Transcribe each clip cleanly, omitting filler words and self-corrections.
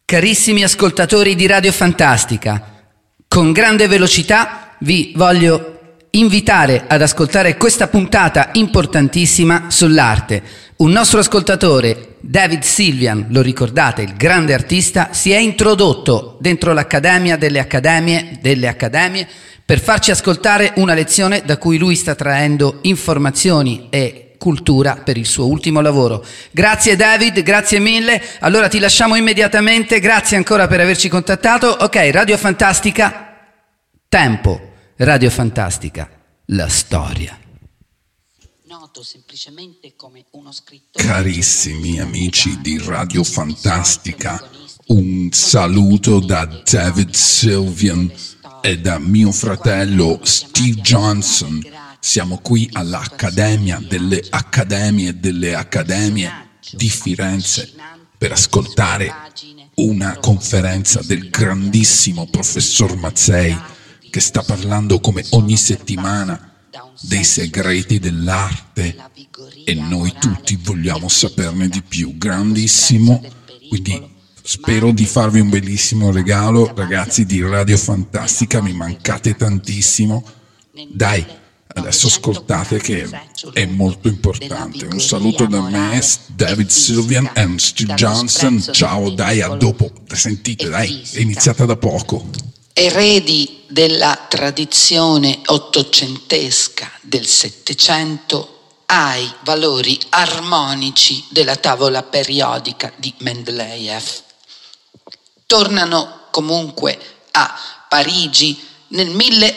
Carissimi ascoltatori di Radio Fantastica, con grande velocità vi voglio invitare ad ascoltare questa puntata importantissima sull'arte. Un nostro ascoltatore, David Sylvian, lo ricordate, il grande artista, si è introdotto dentro l'Accademia delle Accademie per farci ascoltare una lezione da cui lui sta traendo informazioni e cultura per il suo ultimo lavoro. Grazie David, grazie mille. Allora ti lasciamo immediatamente, grazie ancora per averci contattato. Ok, Radio Fantastica, tempo. Radio Fantastica, la storia. Noto semplicemente come uno scrittore. Carissimi amici di Radio Fantastica, un saluto da David Sylvian e da mio fratello Steve Johnson. Siamo qui all'Accademia delle Accademie di Firenze per ascoltare una conferenza del grandissimo professor Mazzei, che sta parlando come ogni settimana dei segreti dell'arte e noi tutti vogliamo saperne di più. Grandissimo, quindi spero di farvi un bellissimo regalo, ragazzi di Radio Fantastica, mi mancate tantissimo. Dai, adesso ascoltate che è molto importante. Un saluto da me, David Sylvian e Steve Johnson. Ciao, dai, a dopo. Sentite, dai, è iniziata da poco. Eredi della tradizione ottocentesca del Settecento ai valori armonici della tavola periodica di Mendeleev. Tornano comunque a Parigi nel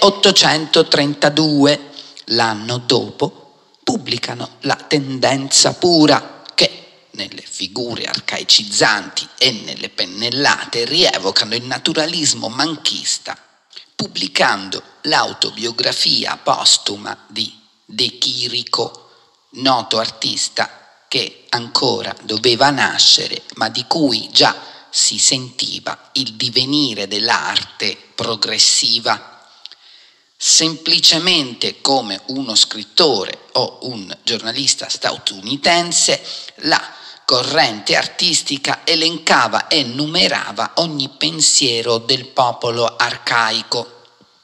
1832, l'anno dopo pubblicano La tendenza pura, che nelle figure arcaicizzanti e nelle pennellate rievocano il naturalismo manchista, pubblicando l'autobiografia postuma di De Chirico, noto artista che ancora doveva nascere, ma di cui già si sentiva il divenire dell'arte progressiva. Semplicemente come uno scrittore o un giornalista statunitense, la corrente artistica elencava e numerava ogni pensiero del popolo arcaico.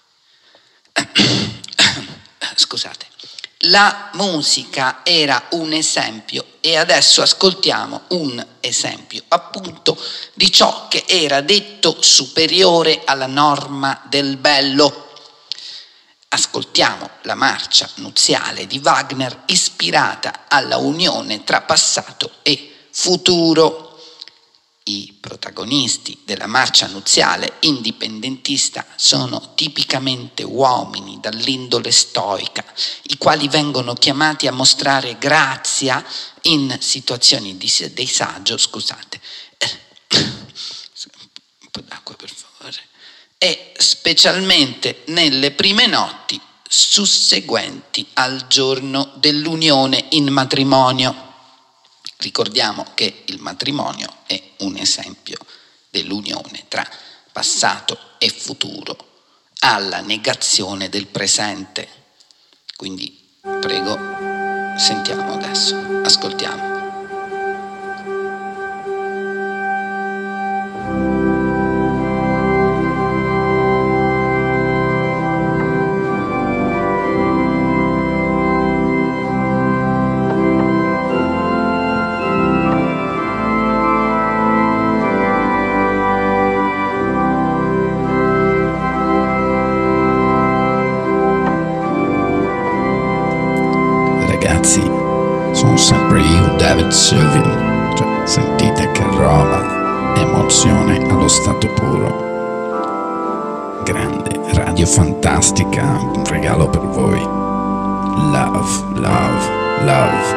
Scusate. La musica era un esempio e adesso ascoltiamo un esempio appunto di ciò che era detto superiore alla norma del bello. Ascoltiamo la marcia nuziale di Wagner ispirata alla unione tra passato e futuro. I protagonisti della marcia nuziale indipendentista sono tipicamente uomini dall'indole stoica, i quali vengono chiamati a mostrare grazia in situazioni di disagio, scusate, un po' d'acqua per favore, e specialmente nelle prime notti susseguenti al giorno dell'unione in matrimonio. Ricordiamo che il matrimonio è un esempio dell'unione tra passato e futuro, alla negazione del presente. Quindi prego, sentiamo adesso, ascoltiamo. Sono sempre io, David Sylvian. Cioè, sentite che roba, emozione allo stato puro. Grande Radio Fantastica, un regalo per voi. Love, love, love.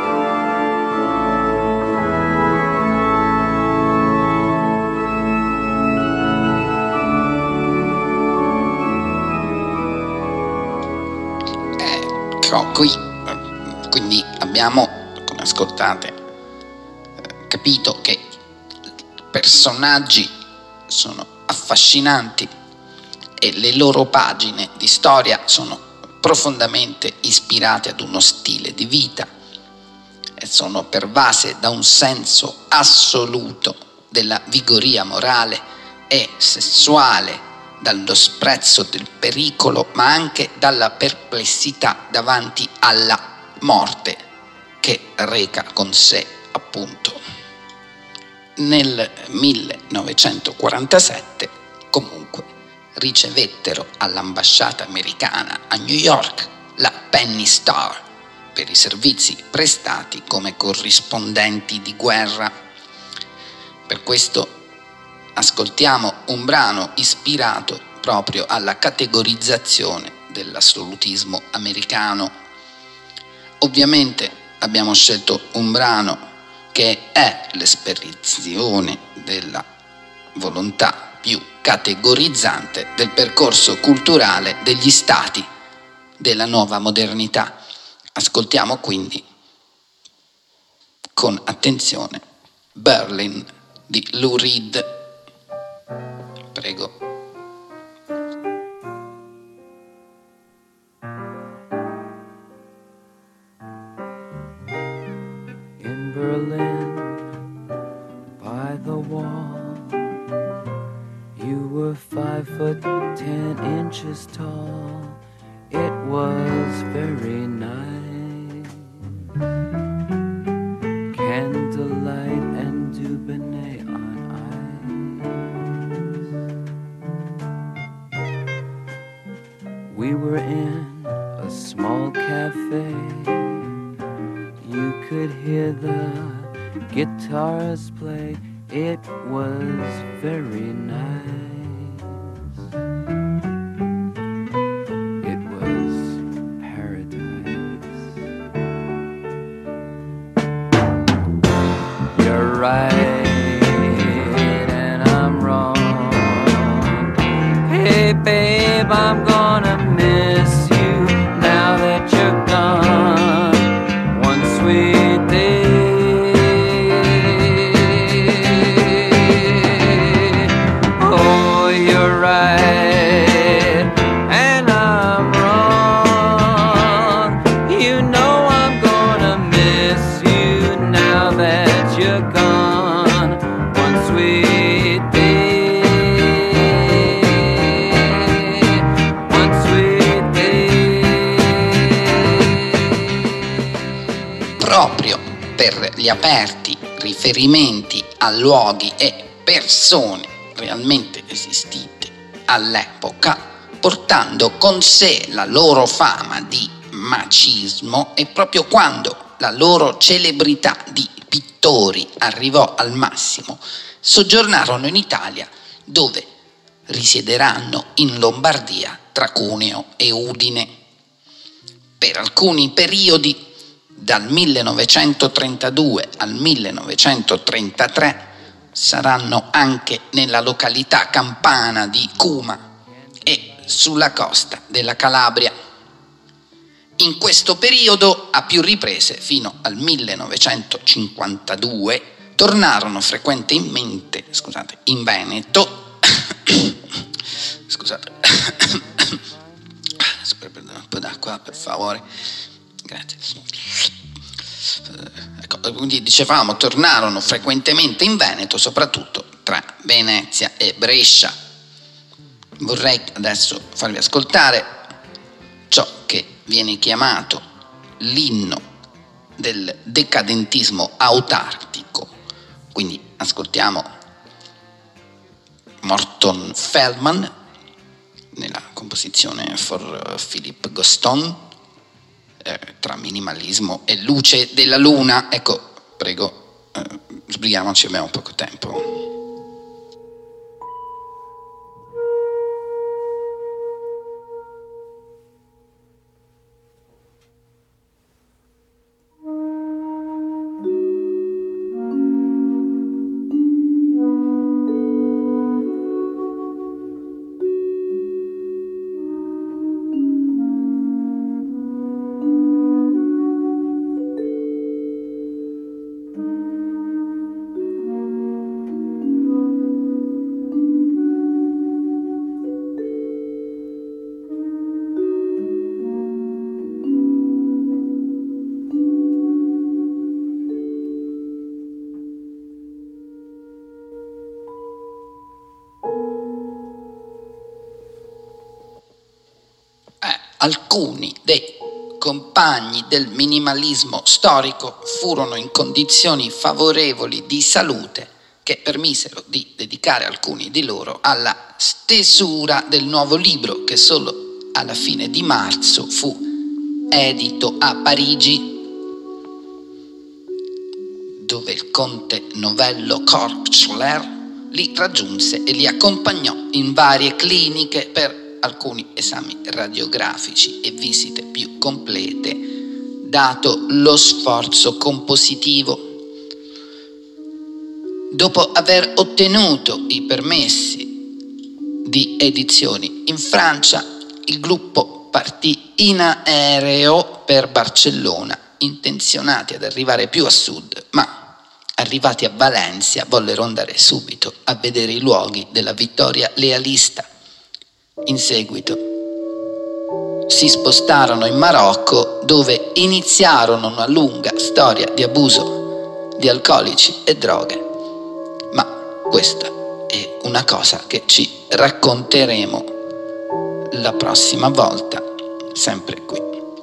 Quindi abbiamo, come ascoltate, capito che i personaggi sono affascinanti e le loro pagine di storia sono profondamente ispirate ad uno stile di vita e sono pervase da un senso assoluto della vigoria morale e sessuale, dallo sprezzo del pericolo, ma anche dalla perplessità davanti alla morte che reca con sé, appunto. Nel 1947 comunque ricevettero all'ambasciata americana a New York la Penny Star per i servizi prestati come corrispondenti di guerra. Per questo ascoltiamo un brano ispirato proprio alla categorizzazione dell'assolutismo americano. Ovviamente abbiamo scelto un brano che è l'espressione della volontà più categorizzante del percorso culturale degli stati della nuova modernità. Ascoltiamo quindi con attenzione Berlin di Lou Reed. Prego. In Berlin, by the wall, you were 5'10" tall. It was very nice. Candlelight and Dubonnet on ice. We were in a small cafe. You could hear the guitars play. It was very nice. It was paradise. You're right and I'm wrong. Hey babe, I'm gonna miss you now that you're gone. One sweet day. Oh, you're right and I'm wrong. You know I'm gonna miss you now that you're gone. One sweet day. One sweet day. Proprio per gli aperti riferimenti a luoghi e persone realmente esistite all'epoca, portando con sé la loro fama di macismo, e proprio quando la loro celebrità di pittori arrivò al massimo, soggiornarono in Italia, dove risiederanno in Lombardia tra Cuneo e Udine. Per alcuni periodi, dal 1932 al 1933, saranno anche nella località campana di Cuma e sulla costa della Calabria. In questo periodo, a più riprese, fino al 1952, tornarono frequentemente, in Veneto. Scusate. Un po' d'acqua, per favore. Grazie. Quindi dicevamo, tornarono frequentemente in Veneto, soprattutto tra Venezia e Brescia. Vorrei adesso farvi ascoltare ciò che viene chiamato l'inno del decadentismo autartico. Quindi ascoltiamo Morton Feldman nella composizione For Philip Goston, tra minimalismo e luce della luna. Ecco, prego, sbrighiamoci, abbiamo poco tempo. alcuni dei compagni del minimalismo storico furono in condizioni favorevoli di salute che permisero di dedicare alcuni di loro alla stesura del nuovo libro che solo alla fine di marzo fu edito a Parigi, dove il conte Novello Korczler li raggiunse e li accompagnò in varie cliniche per alcuni esami radiografici e visite più complete, dato lo sforzo compositivo. Dopo aver ottenuto i permessi di edizioni in Francia, il gruppo partì in aereo per Barcellona, intenzionati ad arrivare più a sud, ma arrivati a Valencia vollero andare subito a vedere i luoghi della vittoria lealista. In seguito si spostarono in Marocco, dove iniziarono una lunga storia di abuso di alcolici e droghe. Ma questa è una cosa che ci racconteremo la prossima volta, sempre qui.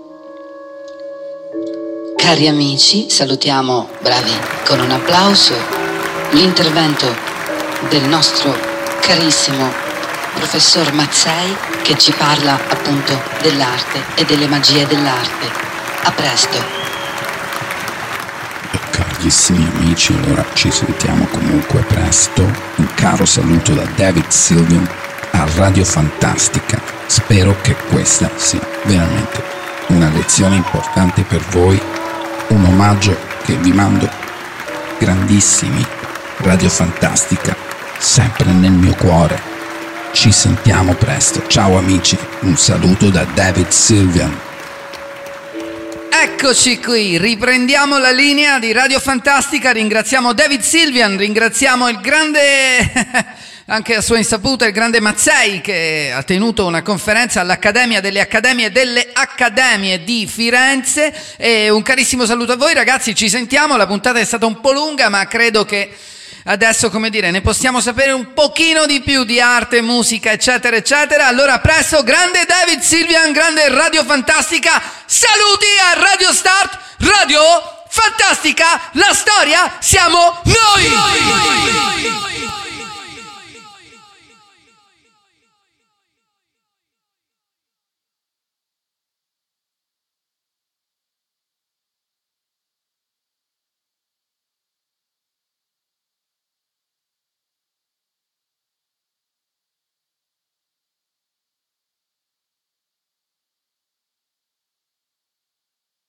Cari amici, salutiamo, bravi, con un applauso, l'intervento del nostro carissimo professor Mazzei, che ci parla appunto dell'arte e delle magie dell'arte. A presto. Carissimi amici, allora ci sentiamo comunque presto. Un caro saluto da David Sylvian a Radio Fantastica. Spero che questa sia veramente una lezione importante per voi, un omaggio che vi mando. Grandissimi, Radio Fantastica, sempre nel mio cuore. Ci sentiamo presto. Ciao amici, un saluto da David Sylvian. Eccoci qui, riprendiamo la linea di Radio Fantastica, ringraziamo David Sylvian, ringraziamo il grande, anche a sua insaputa, il grande Mazzei, che ha tenuto una conferenza all'Accademia delle Accademie di Firenze, e un carissimo saluto a voi ragazzi, ci sentiamo, la puntata è stata un po' lunga, ma credo che adesso, come dire, ne possiamo sapere un pochino di più di arte, musica, eccetera, eccetera. Allora, presto, grande David Sylvian, grande Radio Fantastica. Saluti a Radio Start, Radio Fantastica. La storia siamo noi!